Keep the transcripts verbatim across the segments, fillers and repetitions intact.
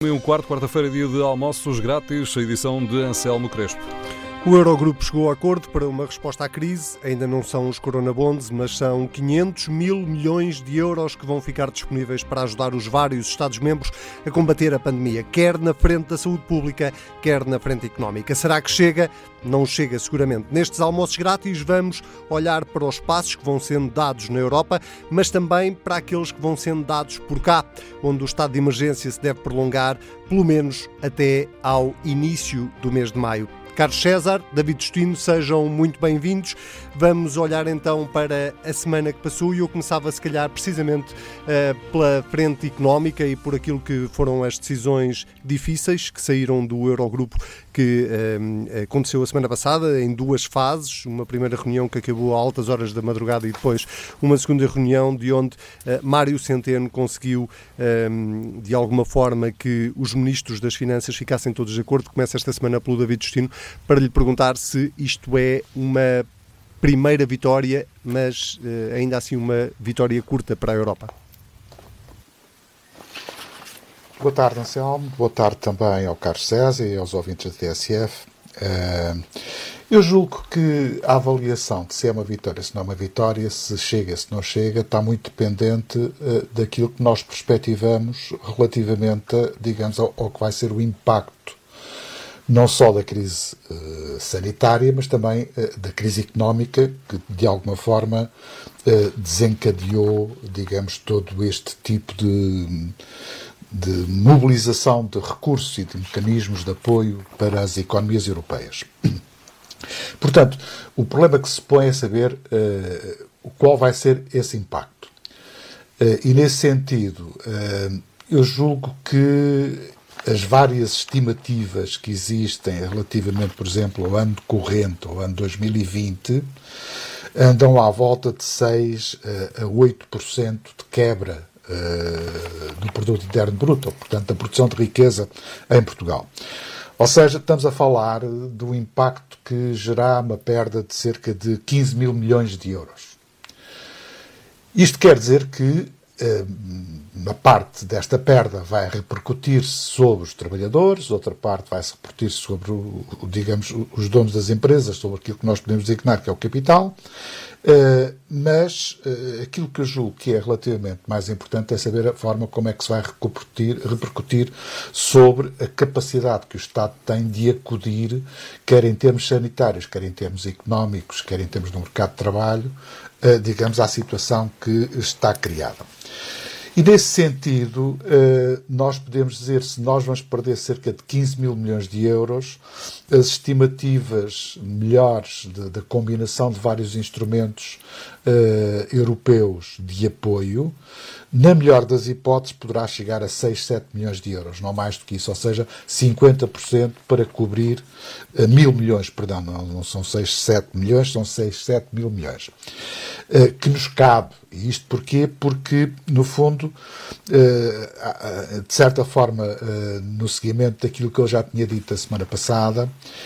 E um quarto, quarta-feira, dia de almoços grátis, a edição de Anselmo Crespo. O Eurogrupo chegou a acordo para uma resposta à crise. Ainda não são os coronabonds, mas são quinhentos mil milhões de euros que vão ficar disponíveis para ajudar os vários Estados-membros a combater a pandemia, quer na frente da saúde pública, quer na frente económica. Será que chega? Não chega seguramente. Nestes almoços grátis vamos olhar para os passos que vão sendo dados na Europa, mas também para aqueles que vão sendo dados por cá, onde o estado de emergência se deve prolongar pelo menos até ao início do mês de maio. Carlos César, David Justino, sejam muito bem-vindos. Vamos olhar então para a semana que passou e eu começava se calhar precisamente uh, pela frente económica e por aquilo que foram as decisões difíceis que saíram do Eurogrupo que uh, aconteceu a semana passada em duas fases, uma primeira reunião que acabou a altas horas da madrugada e depois uma segunda reunião de onde uh, Mário Centeno conseguiu uh, de alguma forma que os ministros das Finanças ficassem todos de acordo. Começa esta semana pelo David Justino para lhe perguntar se isto é uma primeira vitória, mas uh, ainda assim uma vitória curta para a Europa. Boa tarde, Anselmo. Boa tarde também ao Carlos César e aos ouvintes da T S F. Uh, eu julgo que a avaliação de se é uma vitória, se não é uma vitória, se chega, se não chega, está muito dependente uh, daquilo que nós perspectivamos relativamente, a, digamos, ao, ao que vai ser o impacto não só da crise uh, sanitária, mas também uh, da crise económica, que de alguma forma uh, desencadeou, digamos, todo este tipo de, de mobilização de recursos e de mecanismos de apoio para as economias europeias. Portanto, o problema que se põe é saber uh, qual vai ser esse impacto. Uh, e nesse sentido, uh, eu julgo que as várias estimativas que existem relativamente, por exemplo, ao ano corrente, ao ano dois mil e vinte, andam à volta de seis a oito por cento de quebra uh, do produto interno bruto, portanto, da produção de riqueza em Portugal. Ou seja, estamos a falar do impacto que gerará uma perda de cerca de quinze mil milhões de euros. Isto quer dizer que uma parte desta perda vai repercutir sobre os trabalhadores, outra parte vai se repercutir sobre, o, digamos, os donos das empresas, sobre aquilo que nós podemos designar que é o capital, mas aquilo que eu julgo que é relativamente mais importante é saber a forma como é que se vai repercutir, repercutir sobre a capacidade que o Estado tem de acudir, quer em termos sanitários, quer em termos económicos, quer em termos do mercado de trabalho, digamos, à situação que está criada. E nesse sentido, nós podemos dizer, se nós vamos perder cerca de quinze mil milhões de euros, as estimativas melhores da combinação de vários instrumentos uh, europeus de apoio, na melhor das hipóteses, poderá chegar a seis, sete milhões de euros, não mais do que isso, ou seja, cinquenta por cento para cobrir uh, mil milhões, perdão, não, não são seis, sete milhões, são seis, sete mil milhões, uh, que nos cabe. E isto porquê? Porque, no fundo, uh, de certa forma, uh, no seguimento daquilo que eu já tinha dito a semana passada,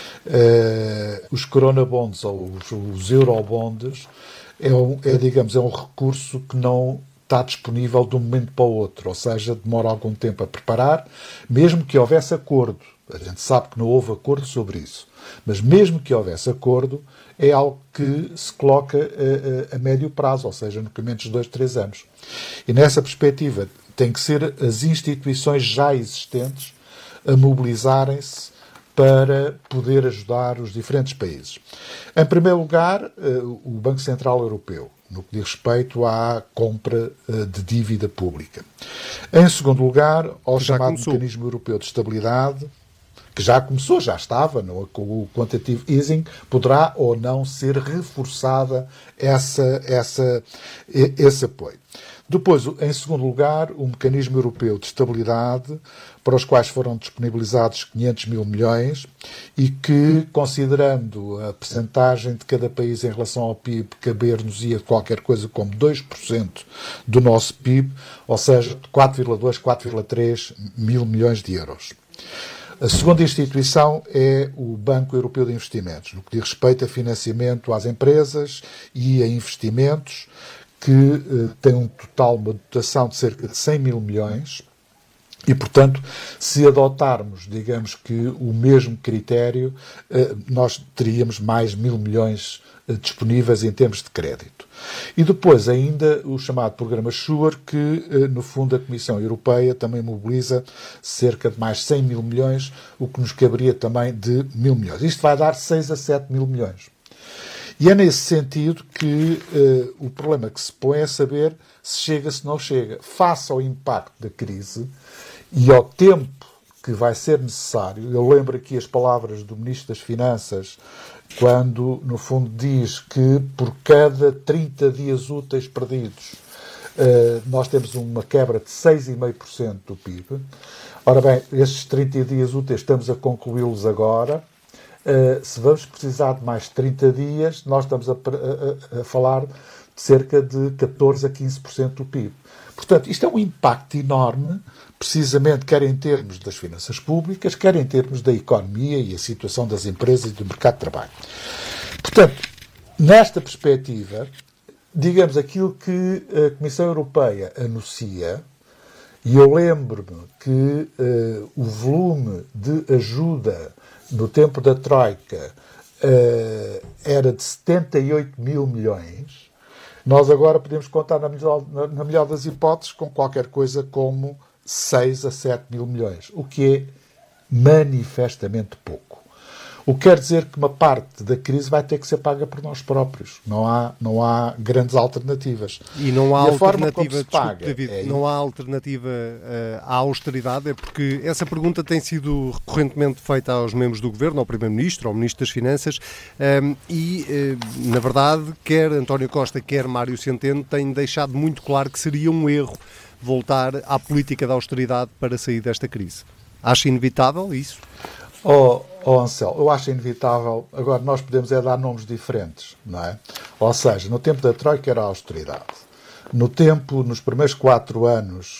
uh, os coronabonds ou os, os eurobonds é, um, é, digamos, é um recurso que não está disponível de um momento para o outro, ou seja, demora algum tempo a preparar, mesmo que houvesse acordo. A gente sabe que não houve acordo sobre isso, mas mesmo que houvesse acordo, é algo que se coloca a, a, a médio prazo, ou seja, no caminho de dois, três anos. E nessa perspectiva tem que ser as instituições já existentes a mobilizarem-se para poder ajudar os diferentes países. Em primeiro lugar, o Banco Central Europeu, no que diz respeito à compra de dívida pública. Em segundo lugar, ao chamado começou. Mecanismo Europeu de Estabilidade, que já começou, já estava, no, com o quantitative easing, poderá ou não ser reforçada essa, essa, esse apoio. Depois, em segundo lugar, o Mecanismo Europeu de Estabilidade, para os quais foram disponibilizados quinhentos mil milhões e que, considerando a percentagem de cada país em relação ao P I B, caber-nos-ia qualquer coisa como dois por cento do nosso P I B, ou seja, quatro vírgula dois, quatro vírgula três mil milhões de euros. A segunda instituição é o Banco Europeu de Investimentos, no que diz respeito a financiamento às empresas e a investimentos, que eh, tem um total, uma dotação de cerca de cem mil milhões, E, portanto, se adotarmos, digamos que, o mesmo critério, nós teríamos mais mil milhões disponíveis em termos de crédito. E depois ainda o chamado programa SURE, que, no fundo, a Comissão Europeia também mobiliza cerca de mais cem mil milhões, o que nos caberia também de mil milhões. Isto vai dar seis a sete mil milhões. E é nesse sentido que uh, o problema que se põe é saber se chega, se não chega. Face ao impacto da crise e ao tempo que vai ser necessário, eu lembro aqui as palavras do Ministro das Finanças, quando, no fundo, diz que por cada trinta dias úteis perdidos, uh, nós temos uma quebra de seis vírgula cinco por cento do P I B. Ora bem, estes trinta dias úteis estamos a concluí-los agora. Uh, se vamos precisar de mais trinta dias, nós estamos a, a, a falar de cerca de catorze a quinze por cento do P I B. Portanto, isto é um impacto enorme, precisamente quer em termos das finanças públicas, quer em termos da economia e a situação das empresas e do mercado de trabalho. Portanto, nesta perspectiva, digamos aquilo que a Comissão Europeia anuncia, e eu lembro-me que uh, o volume de ajuda no tempo da Troika uh, era de setenta e oito mil milhões, nós agora podemos contar, na melhor, na, na melhor das hipóteses, com qualquer coisa como seis a sete mil milhões, o que é manifestamente pouco. O que quer dizer que uma parte da crise vai ter que ser paga por nós próprios. Não há, não há grandes alternativas. E não há e alternativa, desculpe, paga, David, é não há alternativa uh, à austeridade, é porque essa pergunta tem sido recorrentemente feita aos membros do Governo, ao Primeiro-Ministro, ao Ministro das Finanças, um, e, uh, na verdade, quer António Costa, quer Mário Centeno têm deixado muito claro que seria um erro voltar à política da austeridade para sair desta crise. Acha inevitável isso? Oh, oh Anselmo, eu acho inevitável. Agora, nós podemos é dar nomes diferentes, não é? Ou seja, no tempo da Troika era a austeridade. No tempo, nos primeiros quatro anos,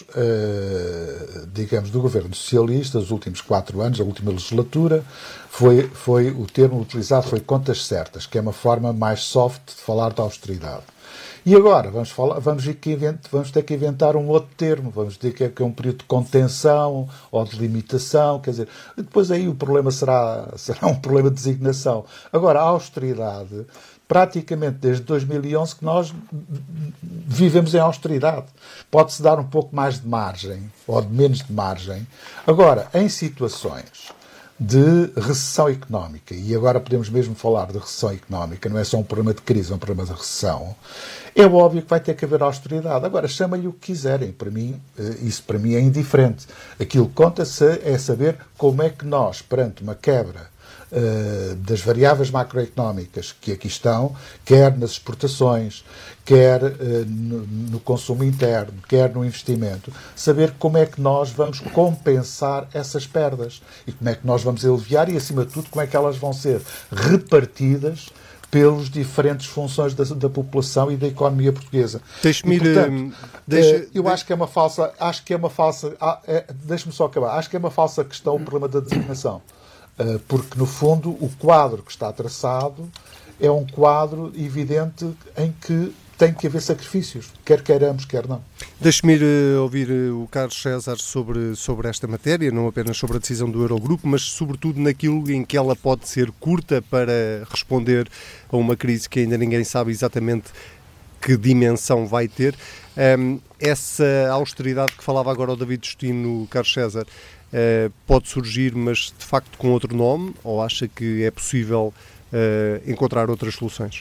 eh, digamos, do governo socialista, os últimos quatro anos, a última legislatura, foi, foi o termo utilizado foi contas certas, que é uma forma mais soft de falar da austeridade. E agora vamos, falar, vamos, vamos ter que inventar um outro termo, vamos dizer que é, que é um período de contenção ou de limitação, quer dizer, depois aí o problema será, será um problema de designação. Agora, a austeridade, praticamente desde dois mil e onze que nós vivemos em austeridade. Pode-se dar um pouco mais de margem, ou de menos de margem. Agora, em situações de recessão económica, e agora podemos mesmo falar de recessão económica, não é só um problema de crise, é um problema de recessão, é óbvio que vai ter que haver austeridade. Agora, chama-lhe o que quiserem, para mim, isso para mim é indiferente. Aquilo que conta-se é saber como é que nós, perante uma quebra uh, das variáveis macroeconómicas que aqui estão, quer nas exportações, quer uh, no, no consumo interno, quer no investimento, saber como é que nós vamos compensar essas perdas e como é que nós vamos aliviar e, acima de tudo, como é que elas vão ser repartidas pelas diferentes funções da, da população e da economia portuguesa. Deixe-me ir, portanto, deixa, eu acho que é uma falsa, acho que é uma falsa, ah, é, deixe-me só acabar, acho que é uma falsa questão o problema da designação, uh, porque no fundo o quadro que está traçado é um quadro evidente em que tem que haver sacrifícios, quer queiramos, quer não. Deixe-me ir uh, ouvir uh, o Carlos César sobre, sobre esta matéria, não apenas sobre a decisão do Eurogrupo, mas sobretudo naquilo em que ela pode ser curta para responder a uma crise que ainda ninguém sabe exatamente que dimensão vai ter. Um, essa austeridade que falava agora o David Justino, Carlos César, uh, pode surgir, mas de facto com outro nome, ou acha que é possível uh, encontrar outras soluções?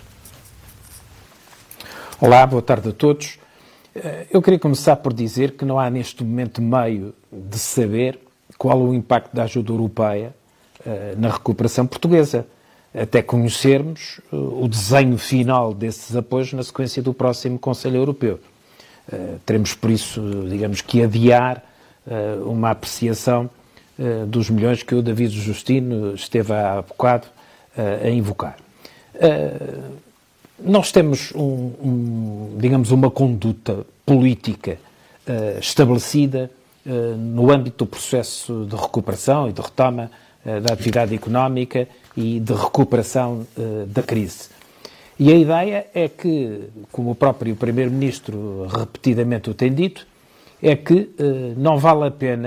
Olá, boa tarde a todos. Eu queria começar por dizer que não há neste momento meio de saber qual o impacto da ajuda europeia uh, na recuperação portuguesa, até conhecermos uh, o desenho final desses apoios na sequência do próximo Conselho Europeu. Uh, teremos, por isso, digamos que adiar uh, uma apreciação uh, dos milhões que o David Justino esteve há bocado uh, a invocar. Uh, Nós temos, um, um, digamos, uma conduta política uh, estabelecida uh, no âmbito do processo de recuperação e de retoma uh, da atividade económica e de recuperação uh, da crise. E a ideia é que, como o próprio Primeiro-Ministro repetidamente o tem dito, é que uh, não vale a pena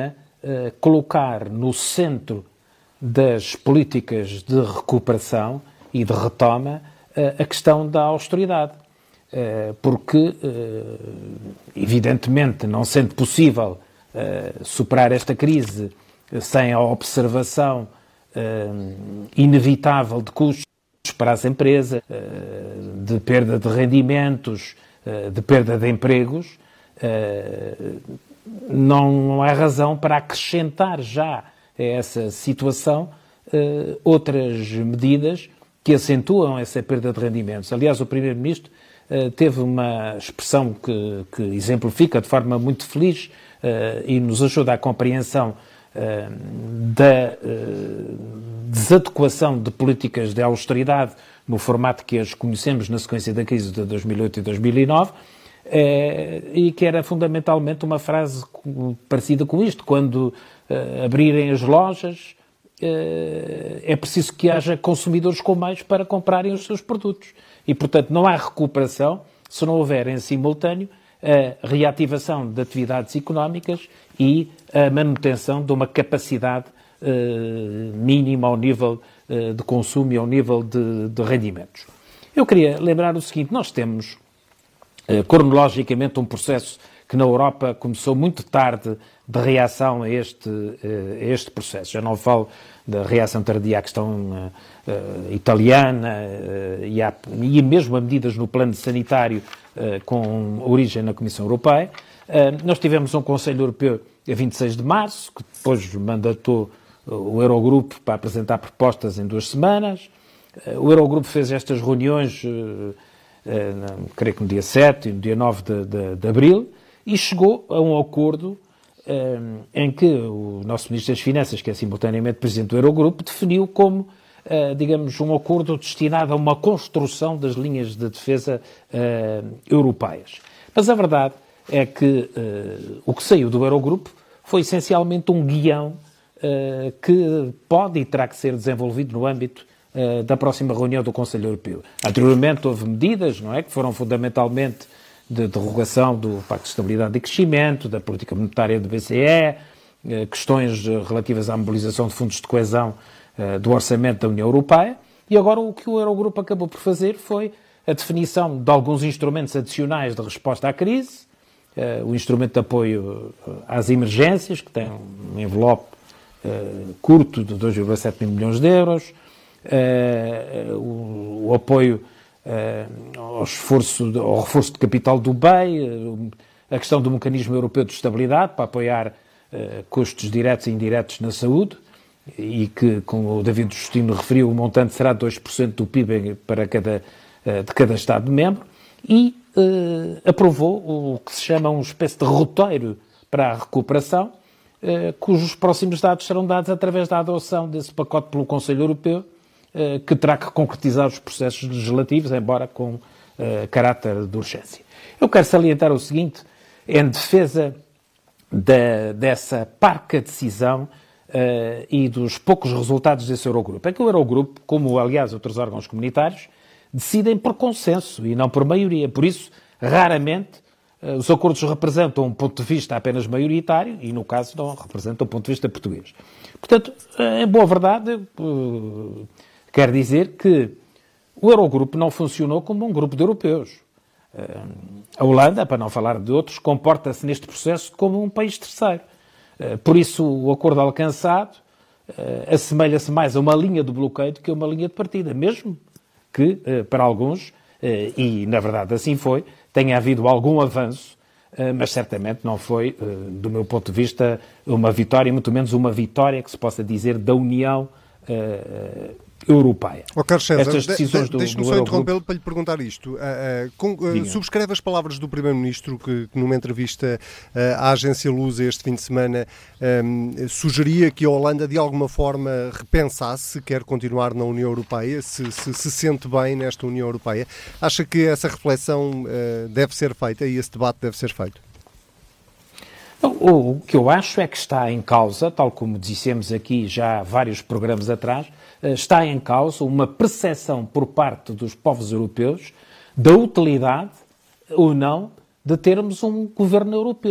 uh, colocar no centro das políticas de recuperação e de retoma uh, a questão da austeridade. Uh, porque, uh, evidentemente, não sendo possível uh, superar esta crise sem a observação uh, inevitável de custos para as empresas, uh, de perda de rendimentos, uh, de perda de empregos, uh, não há razão para acrescentar já a essa situação uh, outras medidas que acentuam essa perda de rendimentos. Aliás, o Primeiro-Ministro uh, teve uma expressão que, que exemplifica de forma muito feliz uh, e nos ajuda à compreensão uh, da uh, desadequação de políticas de austeridade no formato que as conhecemos na sequência da crise de dois mil e oito e dois mil e nove, eh, e que era fundamentalmente uma frase parecida com isto: quando eh, abrirem as lojas, eh, é preciso que haja consumidores com mais para comprarem os seus produtos. E, portanto, não há recuperação se não houver em simultâneo a reativação de atividades económicas e a manutenção de uma capacidade eh, mínima ao nível eh, de consumo e ao nível de, de rendimentos. Eu queria lembrar o seguinte: nós temos eh, cronologicamente um processo que na Europa começou muito tarde de reação a este, eh, a este processo. Já não falo da reação tardia à questão eh, eh, italiana eh, e, há, e mesmo a medidas no plano sanitário eh, com origem na Comissão Europeia. Eh, nós tivemos um Conselho Europeu a vinte e seis de março, que depois mandatou o Eurogrupo para apresentar propostas em duas semanas. O Eurogrupo fez estas reuniões, creio que no dia sete e no dia nove de, de, de abril, e chegou a um acordo em que o nosso Ministro das Finanças, que é simultaneamente Presidente do Eurogrupo, definiu como, digamos, um acordo destinado a uma construção das linhas de defesa europeias. Mas a verdade é que o que saiu do Eurogrupo foi essencialmente um guião Uh, que pode e terá que ser desenvolvido no âmbito uh, da próxima reunião do Conselho Europeu. Anteriormente houve medidas, não é, que foram fundamentalmente de derrogação do Pacto de Estabilidade e Crescimento, da política monetária do B C E, uh, questões relativas à mobilização de fundos de coesão uh, do orçamento da União Europeia, e agora o que o Eurogrupo acabou por fazer foi a definição de alguns instrumentos adicionais de resposta à crise, uh, o instrumento de apoio às emergências, que tem um envelope Uh, curto de dois vírgula sete mil milhões de euros, uh, o, o apoio uh, ao, esforço de, ao reforço de capital do B E I, uh, a questão do mecanismo europeu de estabilidade para apoiar uh, custos diretos e indiretos na saúde, e que, como o David Justino referiu, o montante será dois por cento do P I B para cada, uh, de cada Estado-membro, e uh, aprovou o que se chama uma espécie de roteiro para a recuperação, Uh, cujos próximos dados serão dados através da adoção desse pacote pelo Conselho Europeu, uh, que terá que concretizar os processos legislativos, embora com uh, caráter de urgência. Eu quero salientar o seguinte, em defesa da, dessa parca decisão uh, e dos poucos resultados desse Eurogrupo. É que o Eurogrupo, como aliás outros órgãos comunitários, decidem por consenso e não por maioria. Por isso, raramente, os acordos representam um ponto de vista apenas maioritário e, no caso, não representam um ponto de vista português. Portanto, em boa verdade, quer dizer que o Eurogrupo não funcionou como um grupo de europeus. A Holanda, para não falar de outros, comporta-se neste processo como um país terceiro. Por isso, o acordo alcançado assemelha-se mais a uma linha de bloqueio do que a uma linha de partida, mesmo que, para alguns, e na verdade assim foi, tenha havido algum avanço, mas certamente não foi, do meu ponto de vista, uma vitória, muito menos uma vitória que se possa dizer da União Europeia. Oh, Carlos César, Estas decisões de, de, do, deixe-me do só Eurogrupo... interrompê-lo para lhe perguntar isto. Uh, uh, com, uh, subscreve as palavras do Primeiro-Ministro que, que numa entrevista uh, à agência Lusa este fim de semana um, sugeria que a Holanda de alguma forma repensasse se quer continuar na União Europeia, se se, se sente bem nesta União Europeia. Acha que essa reflexão uh, deve ser feita e esse debate deve ser feito? O, o que eu acho é que está em causa, tal como dissemos aqui já há vários programas atrás, está em causa uma percepção por parte dos povos europeus da utilidade ou não de termos um governo europeu.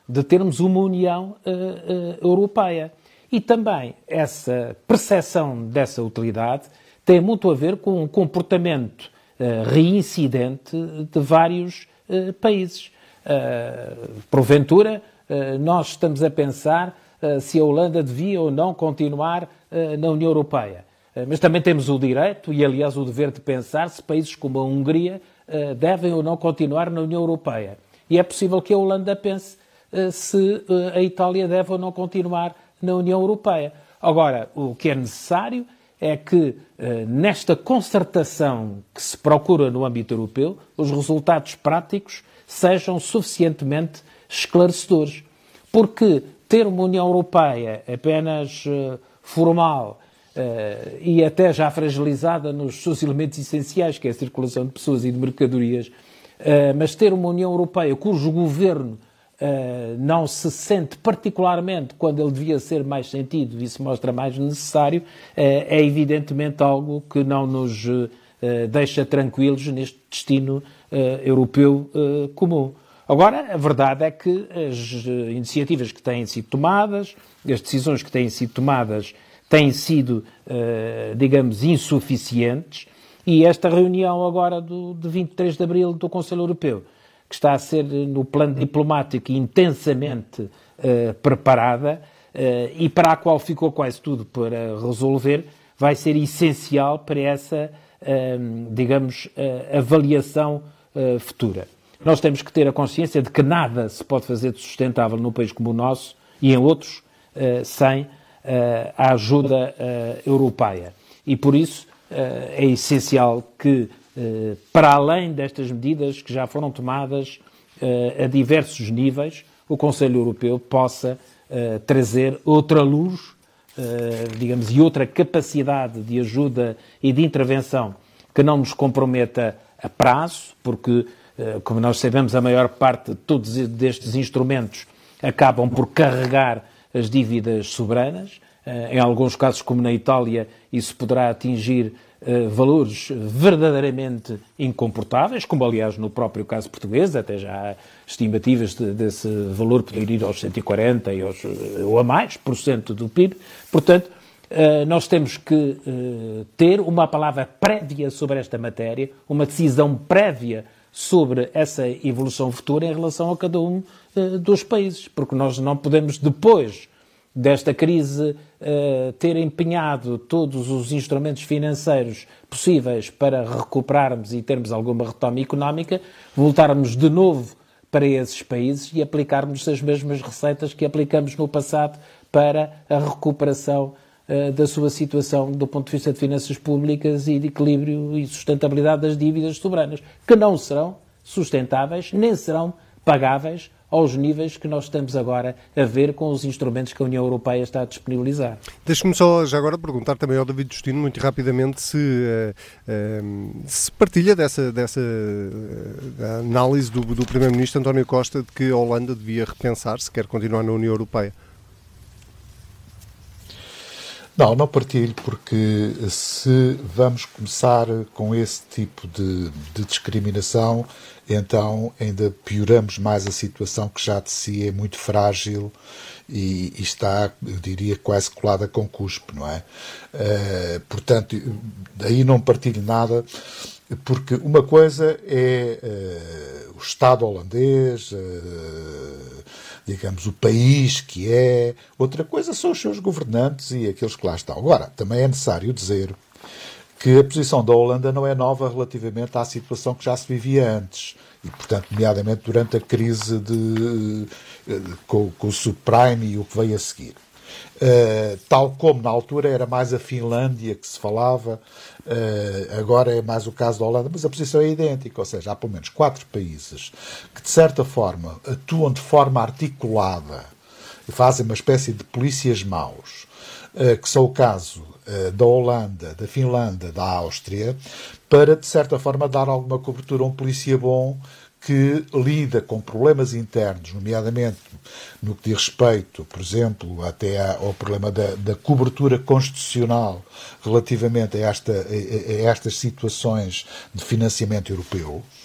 de termos uma União uh, uh, Europeia. E também essa percepção dessa utilidade tem muito a ver com um comportamento uh, reincidente de vários uh, países. Uh, porventura, uh, nós estamos a pensar uh, se a Holanda devia ou não continuar uh, na União Europeia. Uh, mas também temos o direito e, aliás, o dever de pensar se países como a Hungria uh, devem ou não continuar na União Europeia. E é possível que a Holanda pense uh, se uh, a Itália deve ou não continuar na União Europeia. Agora, o que é necessário é que, eh, nesta concertação que se procura no âmbito europeu, os resultados práticos sejam suficientemente esclarecedores. Porque ter uma União Europeia apenas eh, formal eh, e até já fragilizada nos seus elementos essenciais, que é a circulação de pessoas e de mercadorias, eh, mas ter uma União Europeia cujo governo Uh, não se sente particularmente quando ele devia ser mais sentido e se mostra mais necessário, uh, é evidentemente algo que não nos uh, deixa tranquilos neste destino uh, europeu uh, comum. Agora, a verdade é que as iniciativas que têm sido tomadas, as decisões que têm sido tomadas têm sido, uh, digamos, insuficientes, e esta reunião agora do, de vinte e três de abril do Conselho Europeu, que está a ser, no plano diplomático, intensamente uh, preparada uh, e para a qual ficou quase tudo para resolver, vai ser essencial para essa, uh, digamos, uh, avaliação uh, futura. Nós temos que ter a consciência de que nada se pode fazer de sustentável num país como o nosso e em outros uh, sem uh, a ajuda uh, europeia. E, por isso, uh, é essencial que, para além destas medidas que já foram tomadas uh, a diversos níveis, o Conselho Europeu possa uh, trazer outra luz, uh, digamos, e outra capacidade de ajuda e de intervenção que não nos comprometa a prazo, porque, uh, como nós sabemos, a maior parte de todos destes instrumentos acabam por carregar as dívidas soberanas. Uh, em alguns casos, como na Itália, isso poderá atingir Uh, valores verdadeiramente incomportáveis, como aliás no próprio caso português, até já há estimativas de, desse valor poder ir aos cento e quarenta e aos, ou a mais por cento do P I B. Portanto, uh, nós temos que uh, ter uma palavra prévia sobre esta matéria, uma decisão prévia sobre essa evolução futura em relação a cada um uh, dos países, porque nós não podemos depois desta crise uh, ter empenhado todos os instrumentos financeiros possíveis para recuperarmos e termos alguma retoma económica, voltarmos de novo para esses países e aplicarmos as mesmas receitas que aplicamos no passado para a recuperação uh, da sua situação do ponto de vista de finanças públicas e de equilíbrio e sustentabilidade das dívidas soberanas, que não serão sustentáveis nem serão pagáveis aos níveis que nós estamos agora a ver com os instrumentos que a União Europeia está a disponibilizar. Deixe-me só já agora perguntar também ao David Justino, muito rapidamente, se, uh, uh, se partilha dessa, dessa uh, análise do, do Primeiro-Ministro António Costa de que a Holanda devia repensar se quer continuar na União Europeia. Não, não partilho, porque se vamos começar com esse tipo de, de discriminação, então ainda pioramos mais a situação que já de si é muito frágil e, e está, eu diria, quase colada com cuspe, não é? Uh, portanto, daí não partilho nada, porque uma coisa é uh, o Estado holandês, uh, digamos, o país que é, outra coisa são os seus governantes e aqueles que lá estão. Agora, também é necessário dizer que a posição da Holanda não é nova relativamente à situação que já se vivia antes, e, portanto, nomeadamente durante a crise de, de, com, com o subprime e o que veio a seguir. Uh, tal como na altura era mais a Finlândia que se falava, uh, agora é mais o caso da Holanda, mas a posição é idêntica, ou seja, há pelo menos quatro países que de certa forma atuam de forma articulada e fazem uma espécie de polícias maus, uh, que são o caso uh, da Holanda, da Finlândia, da Áustria, para de certa forma dar alguma cobertura a um polícia bom que lida com problemas internos, nomeadamente no que diz respeito, por exemplo, até ao problema da, da cobertura constitucional relativamente a, esta, a, a estas situações de financiamento europeu,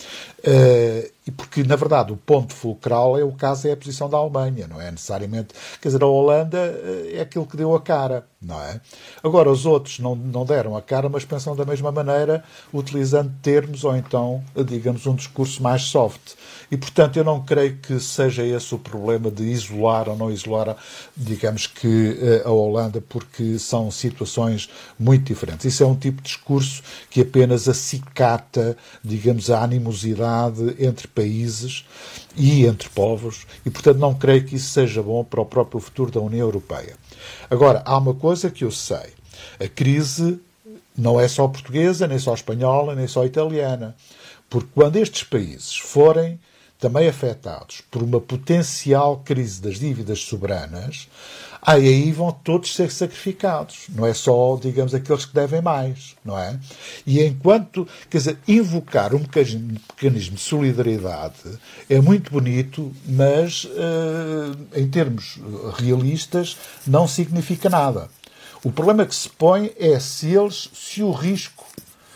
Uh, e porque, na verdade, o ponto fulcral é o caso, é a posição da Alemanha, não é necessariamente... Quer dizer, a Holanda uh, é aquilo que deu a cara, não é? Agora, os outros não, não deram a cara, mas pensam da mesma maneira, utilizando termos ou então, digamos, um discurso mais soft. E, portanto, eu não creio que seja esse o problema de isolar ou não isolar, digamos que, a Holanda, porque são situações muito diferentes. Isso é um tipo de discurso que apenas acicata, digamos, a animosidade entre países e entre povos e, portanto, não creio que isso seja bom para o próprio futuro da União Europeia. Agora, há uma coisa que eu sei. A crise não é só portuguesa, nem só espanhola, nem só italiana. Porque quando estes países forem também afetados por uma potencial crise das dívidas soberanas, aí vão todos ser sacrificados. Não é só, digamos, aqueles que devem mais, não é? E enquanto, quer dizer, invocar um mecanismo de solidariedade é muito bonito, mas uh, em termos realistas não significa nada. O problema que se põe é se eles, se o risco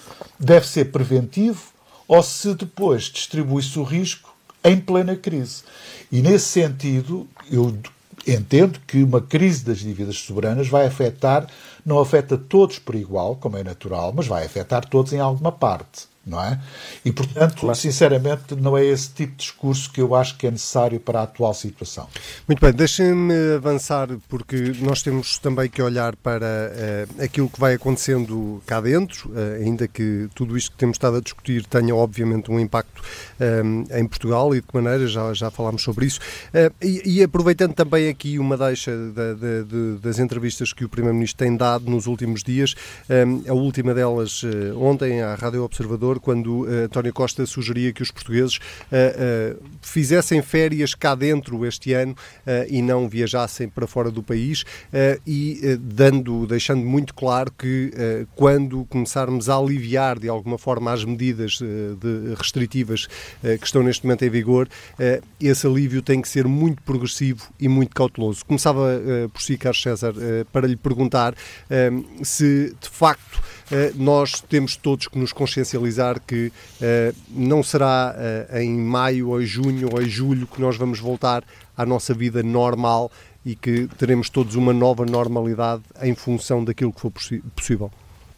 deve ser preventivo ou se depois distribui-se o risco em plena crise. E, nesse sentido, eu entendo que uma crise das dívidas soberanas vai afetar, não afeta todos por igual, como é natural, mas vai afetar todos em alguma parte, não é? E, portanto, claro, sinceramente, não é esse tipo de discurso que eu acho que é necessário para a atual situação. Muito bem, deixem-me avançar, porque nós temos também que olhar para uh, aquilo que vai acontecendo cá dentro, uh, ainda que tudo isto que temos estado a discutir tenha, obviamente, um impacto um, em Portugal e de que maneira, já, já falámos sobre isso. Uh, e, e aproveitando também aqui uma deixa da, da, de, das entrevistas que o Primeiro-Ministro tem dado nos últimos dias, um, a última delas uh, ontem à Rádio Observador, quando uh, António Costa sugeria que os portugueses uh, uh, fizessem férias cá dentro este ano uh, e não viajassem para fora do país uh, e uh, dando, deixando muito claro que uh, quando começarmos a aliviar de alguma forma as medidas uh, de restritivas uh, que estão neste momento em vigor, uh, esse alívio tem que ser muito progressivo e muito cauteloso. Começava uh, por si, Carlos César, uh, para lhe perguntar uh, se de facto Uh, nós temos todos que nos consciencializar que uh, não será uh, em maio ou em junho ou em julho que nós vamos voltar à nossa vida normal e que teremos todos uma nova normalidade em função daquilo que for possi- possível.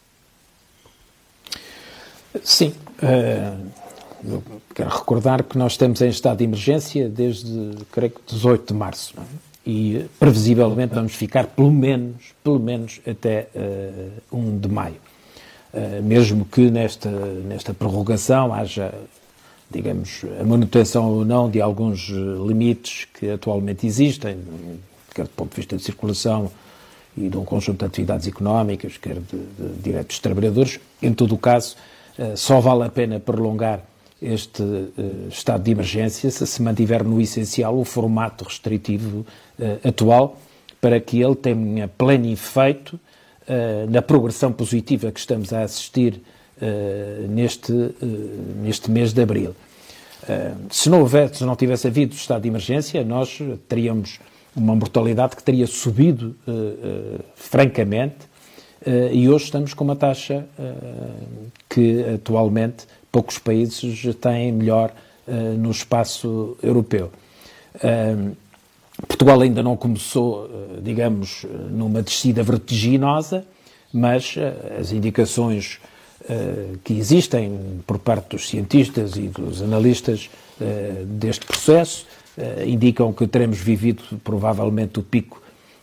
Sim. Uh, eu quero recordar que nós estamos em estado de emergência desde, creio que, dezoito de março, não é? E previsivelmente vamos ficar pelo menos, pelo menos até uh, um de maio. Uh, mesmo que nesta, nesta prorrogação haja, digamos, a manutenção ou não de alguns limites que atualmente existem, quer do ponto de vista de circulação e de um conjunto de atividades económicas, quer de, de direitos dos trabalhadores, em todo o caso, uh, só vale a pena prolongar este uh, estado de emergência se se mantiver no essencial o formato restritivo uh, atual, para que ele tenha pleno efeito Uh, na progressão positiva que estamos a assistir uh, neste, uh, neste mês de abril. Uh, se não houvesse, se não tivesse havido estado de emergência, nós teríamos uma mortalidade que teria subido uh, uh, francamente uh, e hoje estamos com uma taxa uh, que atualmente poucos países têm melhor uh, no espaço europeu. Uh, Portugal ainda não começou, digamos, numa descida vertiginosa, mas as indicações que existem por parte dos cientistas e dos analistas deste processo indicam que teremos vivido provavelmente o pico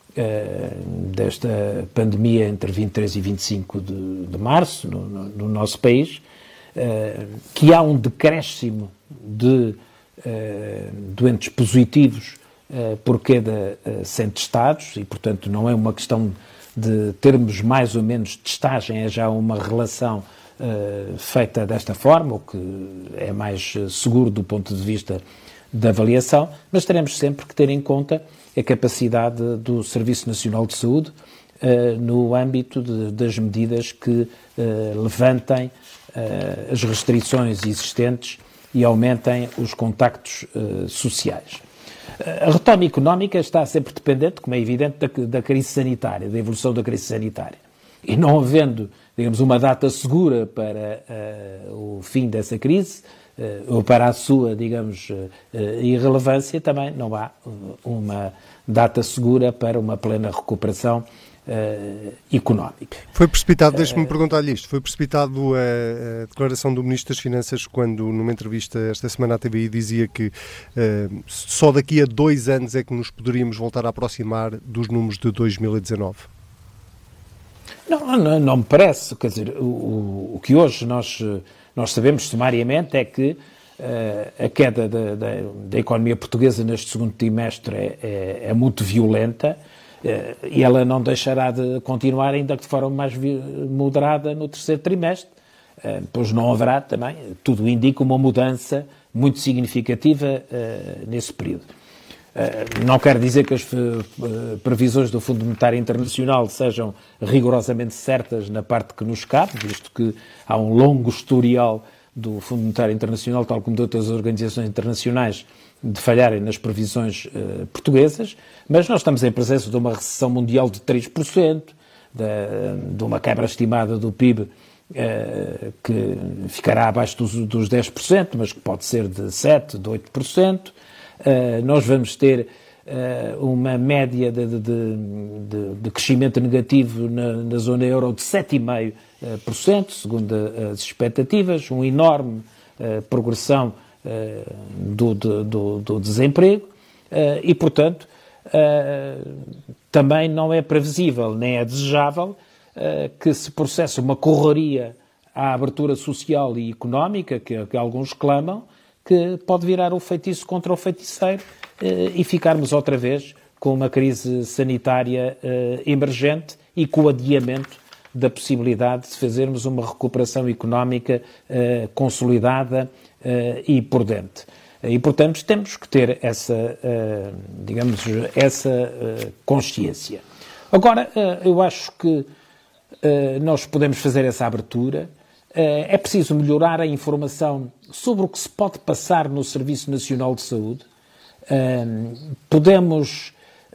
desta pandemia entre vinte e três e vinte e cinco de, de março no, no, no nosso país, que há um decréscimo de doentes positivos Uh, por cada uh, cem testados e, portanto, não é uma questão de termos mais ou menos testagem, é já uma relação uh, feita desta forma, o que é mais uh, seguro do ponto de vista da avaliação, mas teremos sempre que ter em conta a capacidade do Serviço Nacional de Saúde uh, no âmbito de, das medidas que uh, levantem uh, as restrições existentes e aumentem os contactos uh, sociais. A retoma económica está sempre dependente, como é evidente, da, da crise sanitária, da evolução da crise sanitária. E não havendo, digamos, uma data segura para uh, o fim dessa crise, ou para a sua, digamos, irrelevância, também não há uma data segura para uma plena recuperação Uh, económica. Foi precipitado, deixe-me uh, perguntar-lhe isto, foi precipitado a, a declaração do Ministro das Finanças quando, numa entrevista esta semana à T V I, dizia que uh, só daqui a dois anos é que nos poderíamos voltar a aproximar dos números de dois mil e dezanove? Não, não, não me parece. Quer dizer, o, o que hoje nós, nós sabemos sumariamente é que uh, a queda da, da, da economia portuguesa neste segundo trimestre é, é, é muito violenta. E ela não deixará de continuar, ainda que de forma mais moderada, no terceiro trimestre, pois não haverá também, tudo indica, uma mudança muito significativa nesse período. Não quer dizer que as previsões do Fundo Monetário Internacional sejam rigorosamente certas na parte que nos cabe, visto que há um longo historial do Fundo Monetário Internacional, tal como de outras organizações internacionais, de falharem nas previsões uh, portuguesas, mas nós estamos em presença de uma recessão mundial de três por cento, de, de uma quebra estimada do P I B uh, que ficará abaixo dos, dos dez por cento, mas que pode ser de sete por cento, de oito por cento. Uh, nós vamos ter uh, uma média de, de, de, de crescimento negativo na, na zona euro de sete vírgula cinco por cento, segundo as expectativas, uma enorme uh, progressão Do, do, do desemprego uh, e, portanto, uh, também não é previsível nem é desejável uh, que se processe uma correria à abertura social e económica que, que alguns clamam, que pode virar o feitiço contra o feiticeiro uh, e ficarmos outra vez com uma crise sanitária uh, emergente e com o adiamento da possibilidade de fazermos uma recuperação económica uh, consolidada Uh, e prudente. Uh, e, portanto, temos que ter essa, uh, digamos, essa uh, consciência. Agora, uh, eu acho que uh, nós podemos fazer essa abertura. Uh, é preciso melhorar a informação sobre o que se pode passar no Serviço Nacional de Saúde. Uh, podemos,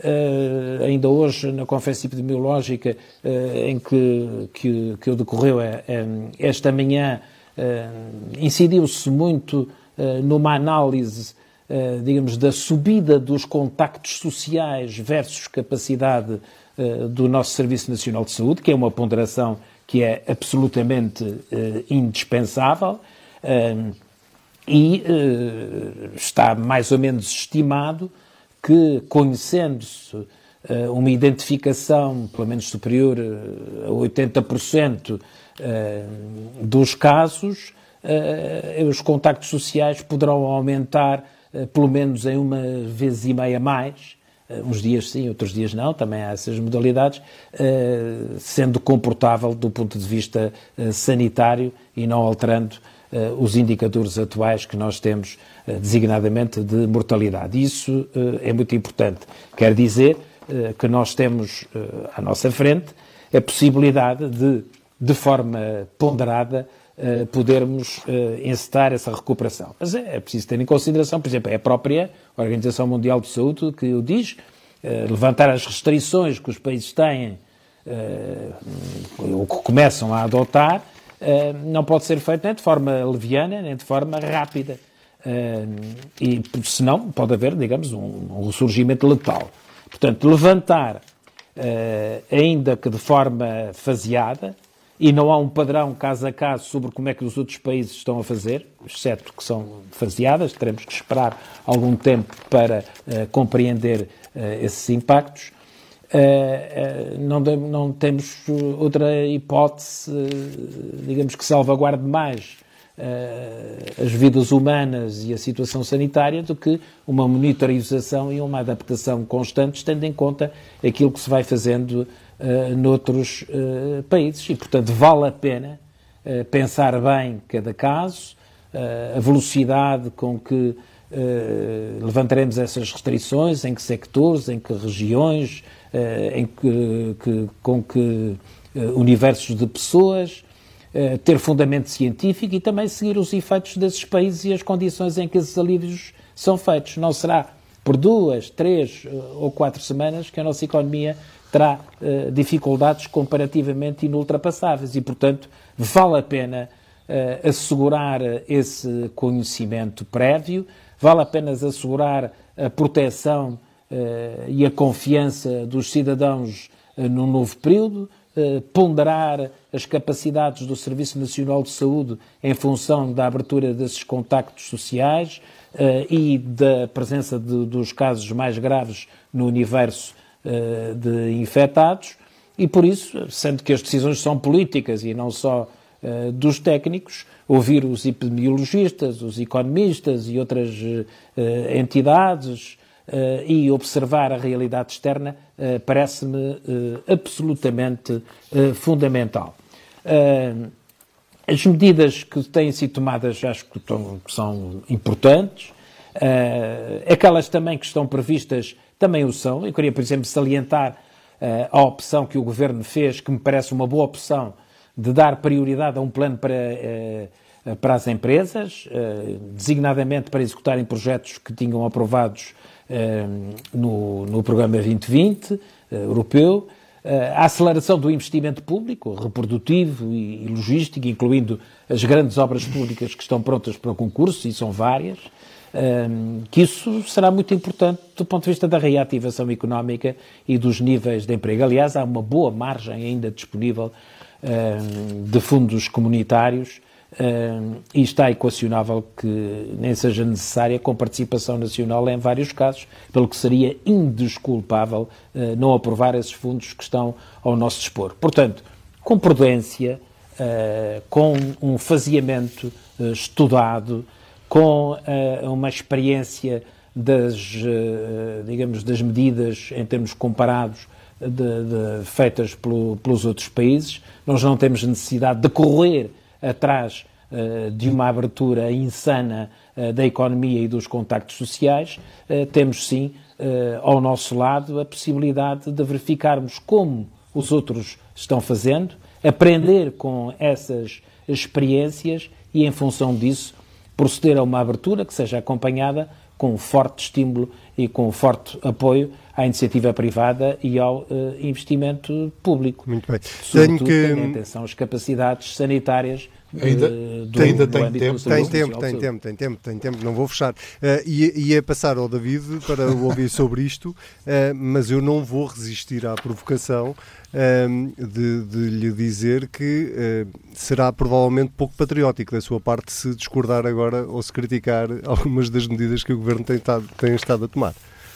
uh, ainda hoje, na Conferência Epidemiológica, uh, em que, que, que decorreu uh, esta manhã, Uh, incidiu-se muito uh, numa análise, uh, digamos, da subida dos contactos sociais versus capacidade uh, do nosso Serviço Nacional de Saúde, que é uma ponderação que é absolutamente uh, indispensável uh, e uh, está mais ou menos estimado que, conhecendo-se uh, uma identificação, pelo menos superior a oitenta por cento Uh, dos casos, uh, os contactos sociais poderão aumentar uh, pelo menos em uma vez e meia mais, uh, uns dias sim, outros dias não, também há essas modalidades, uh, sendo comportável do ponto de vista uh, sanitário e não alterando uh, os indicadores atuais que nós temos, uh, designadamente de mortalidade. Isso uh, é muito importante. Quer dizer uh, que nós temos uh, à nossa frente a possibilidade de de forma ponderada, uh, podermos uh, encetar essa recuperação. Mas é, é preciso ter em consideração, por exemplo, é a própria Organização Mundial de Saúde que o diz, uh, levantar as restrições que os países têm, uh, ou que começam a adotar, uh, não pode ser feito nem de forma leviana, nem de forma rápida. Uh, e, senão, pode haver, digamos, um, um ressurgimento letal. Portanto, levantar, uh, ainda que de forma faseada, e não há um padrão caso a caso sobre como é que os outros países estão a fazer, exceto que são faseadas, teremos que esperar algum tempo para uh, compreender uh, esses impactos. Uh, uh, não, não temos outra hipótese, uh, digamos, que salvaguarde mais uh, as vidas humanas e a situação sanitária do que uma monitorização e uma adaptação constantes, tendo em conta aquilo que se vai fazendo Uh, noutros uh, países e, portanto, vale a pena uh, pensar bem cada caso, uh, a velocidade com que uh, levantaremos essas restrições, em que sectores, em que regiões, uh, em que, que, com que uh, universos de pessoas, uh, ter fundamento científico e também seguir os efeitos desses países e as condições em que esses alívios são feitos. Não será por duas, três uh, ou quatro semanas que a nossa economia terá uh, dificuldades comparativamente inultrapassáveis e, portanto, vale a pena uh, assegurar esse conhecimento prévio, vale a pena assegurar a proteção uh, e a confiança dos cidadãos uh, no novo período, uh, ponderar as capacidades do Serviço Nacional de Saúde em função da abertura desses contactos sociais uh, e da presença de, dos casos mais graves no universo uh, de infectados, e por isso, sendo que as decisões são políticas e não só uh, dos técnicos, ouvir os epidemiologistas, os economistas e outras uh, entidades uh, e observar a realidade externa uh, parece-me uh, absolutamente uh, fundamental. Uh, as medidas que têm sido tomadas acho que, estão, que são importantes, uh, aquelas também que estão previstas também o são. Eu queria, por exemplo, salientar uh, a opção que o Governo fez, que me parece uma boa opção, de dar prioridade a um plano para, uh, para as empresas, uh, designadamente para executarem projetos que tinham aprovados uh, no, no Programa vinte vinte uh, europeu, uh, a aceleração do investimento público, reprodutivo e, e logístico, incluindo as grandes obras públicas que estão prontas para o concurso, e são várias, uh, que isso será muito importante do ponto de vista da reativação económica e dos níveis de emprego. Aliás, há uma boa margem ainda disponível de fundos comunitários e está equacionável que nem seja necessária com participação nacional em vários casos, pelo que seria indesculpável não aprovar esses fundos que estão ao nosso dispor. Portanto, com prudência, com um faseamento estudado, com uma experiência das, digamos, das medidas em termos comparados De, de, feitas pelo, pelos outros países. Nós não temos necessidade de correr atrás uh, de uma abertura insana uh, da economia e dos contactos sociais. Uh, temos sim uh, ao nosso lado a possibilidade de verificarmos como os outros estão fazendo, aprender com essas experiências e, em função disso, proceder a uma abertura que seja acompanhada com um forte estímulo e com um forte apoio à iniciativa privada e ao uh, investimento público. Muito bem. Sobretudo, Tenho que... tendo em atenção as capacidades sanitárias ainda, uh, do, ainda do tem âmbito tempo, do Tem serviço tempo, social tem de tempo, tem tempo, tem tempo, não vou fechar. Uh, ia, ia passar ao David para ouvir sobre isto, uh, mas eu não vou resistir à provocação uh, de, de lhe dizer que uh, será provavelmente pouco patriótico da sua parte se discordar agora ou se criticar algumas das medidas que o Governo tem, tado, tem estado a tomar.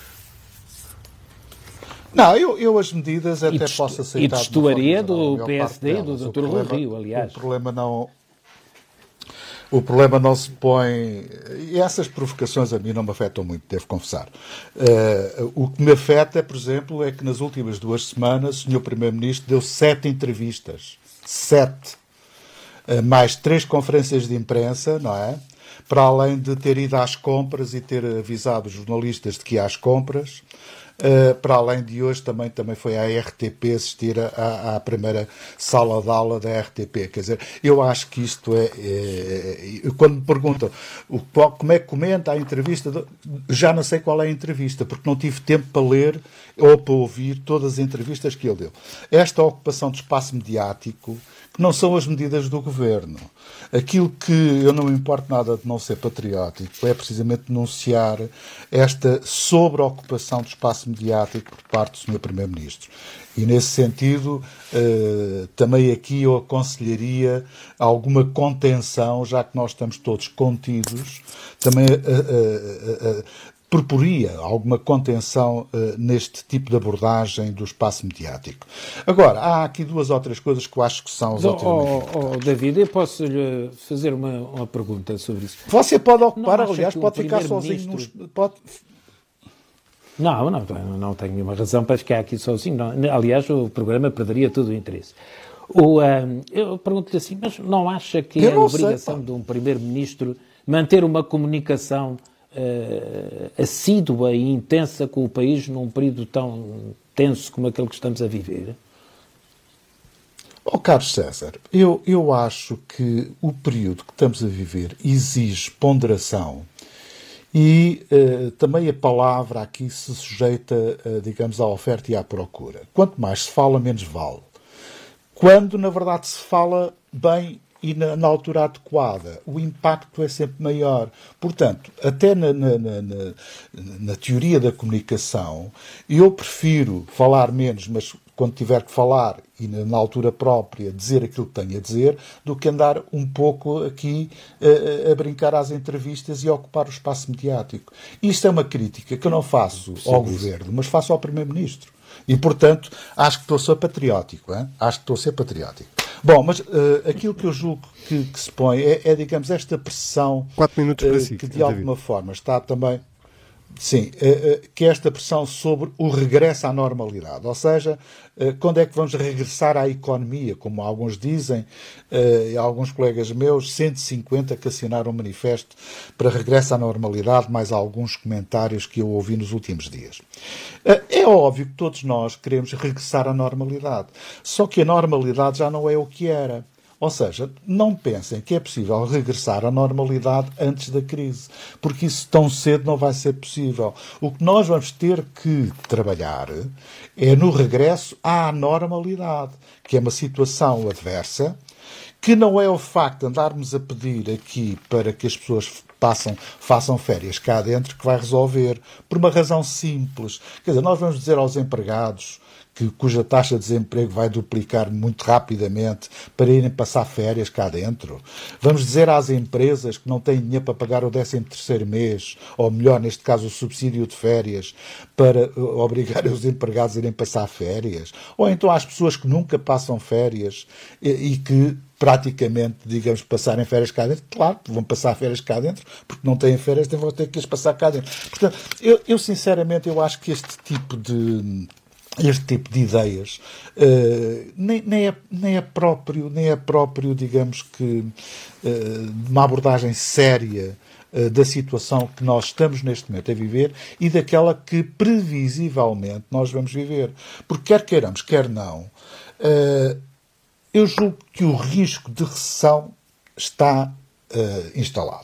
Não, eu, eu as medidas até testu- posso aceitar. E testuaria do geral, P S D e do doutor Rui Rio, aliás. O problema não... O problema não se põe... E essas provocações a mim não me afetam muito, devo confessar. Uh, o que me afeta, por exemplo, é que nas últimas duas semanas o senhor Primeiro-Ministro deu sete entrevistas. Sete. Uh, mais três conferências de imprensa, não é? Para além de ter ido às compras e ter avisado os jornalistas de que ia às compras. Uh, para além de hoje também, também foi à R T P assistir à, à primeira sala de aula da R T P. Quer dizer, eu acho que isto é... é, é quando me perguntam o, qual, como é que comenta a entrevista, já não sei qual é a entrevista, porque não tive tempo para ler ou para ouvir todas as entrevistas que ele deu. Esta ocupação de espaço mediático, que não são as medidas do Governo. Aquilo que eu não me importo nada de não ser patriótico é precisamente denunciar esta sobreocupação de espaço mediático por parte do senhor Primeiro-Ministro. E, nesse sentido, eh, também aqui eu aconselharia alguma contenção, já que nós estamos todos contidos, também eh, eh, eh, proporia alguma contenção uh, neste tipo de abordagem do espaço mediático. Agora, há aqui duas ou três coisas que eu acho que são relativamente oh, oh, David, eu posso lhe fazer uma, uma pergunta sobre isso. Você pode ocupar, Não aliás, pode ficar sozinho. Nos, pode... Não, não, não tenho nenhuma razão para ficar aqui sozinho. Não. Aliás, o programa perderia todo o interesse. O, um, eu pergunto-lhe assim, mas não acha que eu é a obrigação sei, de um Primeiro-Ministro manter uma comunicação Uh, assídua e intensa com o país num período tão tenso como aquele que estamos a viver? Oh, Carlos César, eu, eu acho que o período que estamos a viver exige ponderação e uh, também a palavra aqui se sujeita, uh, digamos, à oferta e à procura. Quanto mais se fala, menos vale. Quando, na verdade, se fala bem e na, na altura adequada, o impacto é sempre maior. Portanto, até na, na, na, na, na teoria da comunicação, eu prefiro falar menos, mas quando tiver que falar e na, na altura própria dizer aquilo que tenho a dizer, do que andar um pouco aqui a, a brincar às entrevistas e a ocupar o espaço mediático. Isto é uma crítica que eu não faço ao Governo, mas faço ao Primeiro-Ministro. E, portanto, acho que estou a ser patriótico. Hein? Acho que estou a ser patriótico. Bom, mas uh, aquilo que eu julgo que, que se põe é, é, digamos, esta pressão Quatro minutos para uh, si, que, de David. alguma forma, está também... Sim, uh, uh, que é esta pressão sobre o regresso à normalidade. Ou seja, uh, quando é que vamos regressar à economia? Como alguns dizem, uh, e alguns colegas meus, cento e cinquenta que assinaram um manifesto para regresso à normalidade, mais alguns comentários que eu ouvi nos últimos dias. Uh, é óbvio que todos nós queremos regressar à normalidade. Só que a normalidade já não é o que era. Ou seja, não pensem que é possível regressar à normalidade antes da crise, porque isso tão cedo não vai ser possível. O que nós vamos ter que trabalhar é no regresso à normalidade, que é uma situação adversa, que não é o facto de andarmos a pedir aqui para que as pessoas passam, façam férias cá dentro que vai resolver, por uma razão simples. Quer dizer, nós vamos dizer aos empregados que, cuja taxa de desemprego vai duplicar muito rapidamente para irem passar férias cá dentro. Vamos dizer às empresas que não têm dinheiro para pagar o décimo terceiro mês, ou melhor, neste caso, o subsídio de férias, para obrigar os empregados a irem passar férias. Ou então às pessoas que nunca passam férias e, e que praticamente, digamos, passarem férias cá dentro. Claro, vão passar férias cá dentro, porque não têm férias, vão ter que as passar cá dentro. Portanto, eu, eu sinceramente, eu acho que este tipo de... este tipo de ideias uh, nem, nem, é, nem é próprio, nem é próprio, digamos que, uh, de uma abordagem séria uh, da situação que nós estamos neste momento a viver e daquela que previsivelmente nós vamos viver. Porque quer queiramos, quer não, uh, eu julgo que o risco de recessão está uh, instalado.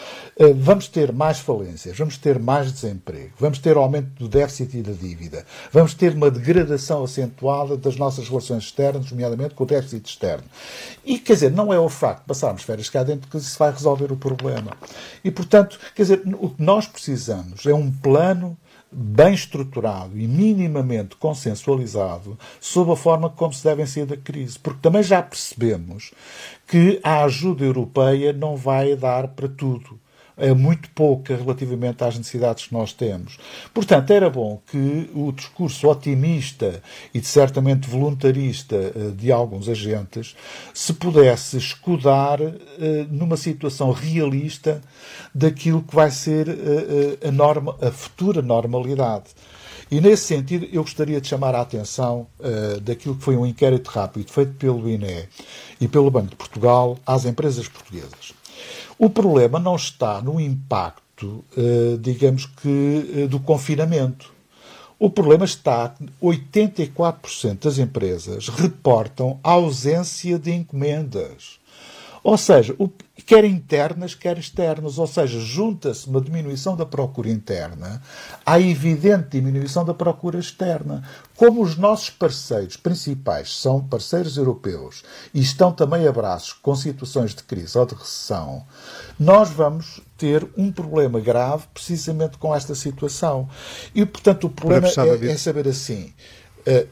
Vamos ter mais falências, vamos ter mais desemprego, vamos ter aumento do déficit e da dívida, vamos ter uma degradação acentuada das nossas relações externas, nomeadamente com o déficit externo. E, quer dizer, não é o facto de passarmos férias cá dentro que isso vai resolver o problema. E, portanto, quer dizer, o que nós precisamos é um plano bem estruturado e minimamente consensualizado sobre a forma como se devem sair da crise. Porque também já percebemos que a ajuda europeia não vai dar para tudo. É muito pouca relativamente às necessidades que nós temos. Portanto, era bom que o discurso otimista e certamente voluntarista de alguns agentes se pudesse escudar numa situação realista daquilo que vai ser a, norma, a futura normalidade. E, nesse sentido, eu gostaria de chamar a atenção uh, daquilo que foi um inquérito rápido feito pelo I N E e pelo Banco de Portugal às empresas portuguesas. O problema não está no impacto, uh, digamos que, uh, do confinamento. O problema está que oitenta e quatro por cento das empresas reportam ausência de encomendas. Ou seja, o, quer internas, quer externas. Ou seja, junta-se uma diminuição da procura interna à evidente diminuição da procura externa. Como os nossos parceiros principais são parceiros europeus e estão também a braços com situações de crise ou de recessão, nós vamos ter um problema grave precisamente com esta situação. E, portanto, o problema é, é saber assim... Uh,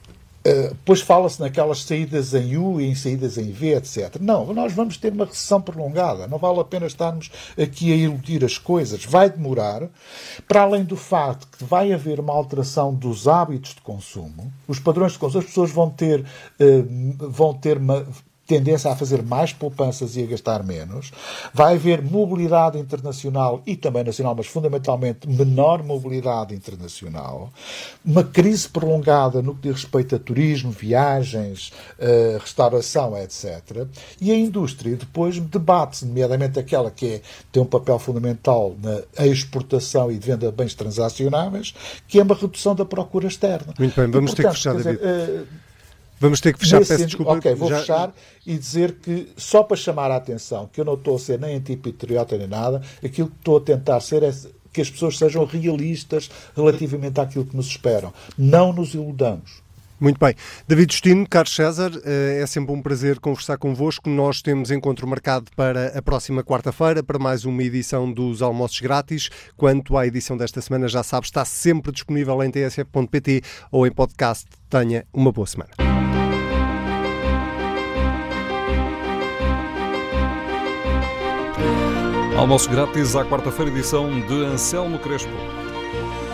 Uh, pois fala-se naquelas saídas em U e em saídas em V, etcétera. Não, nós vamos ter uma recessão prolongada. Não vale a pena estarmos aqui a iludir as coisas. Vai demorar, para além do facto que vai haver uma alteração dos hábitos de consumo. Os padrões de consumo, as pessoas vão ter, uh, vão ter uma tendência a fazer mais poupanças e a gastar menos. Vai haver mobilidade internacional e também nacional, mas fundamentalmente menor mobilidade internacional. Uma crise prolongada no que diz respeito a turismo, viagens, uh, restauração, etcétera. E a indústria depois debate-se, nomeadamente aquela que é, tem um papel fundamental na exportação e de venda de bens transacionáveis, que é uma redução da procura externa. Muito bem, vamos e, portanto, ter que fechar, David. Dizer, uh, Vamos ter que fechar, Nesse peço sentido, desculpa. Ok, vou já... fechar e dizer que, só para chamar a atenção, que eu não estou a ser nem antipatriota nem nada, aquilo que estou a tentar ser é que as pessoas sejam realistas relativamente àquilo que nos esperam. Não nos iludamos. Muito bem. David Justino, Carlos César, é sempre um prazer conversar convosco. Nós temos encontro marcado para a próxima quarta-feira, para mais uma edição dos Almoços Grátis. Quanto à edição desta semana, já sabe, está sempre disponível em t s f ponto p t ou em podcast. Tenha uma boa semana. Almoços Grátis à quarta-feira, edição de Anselmo Crespo.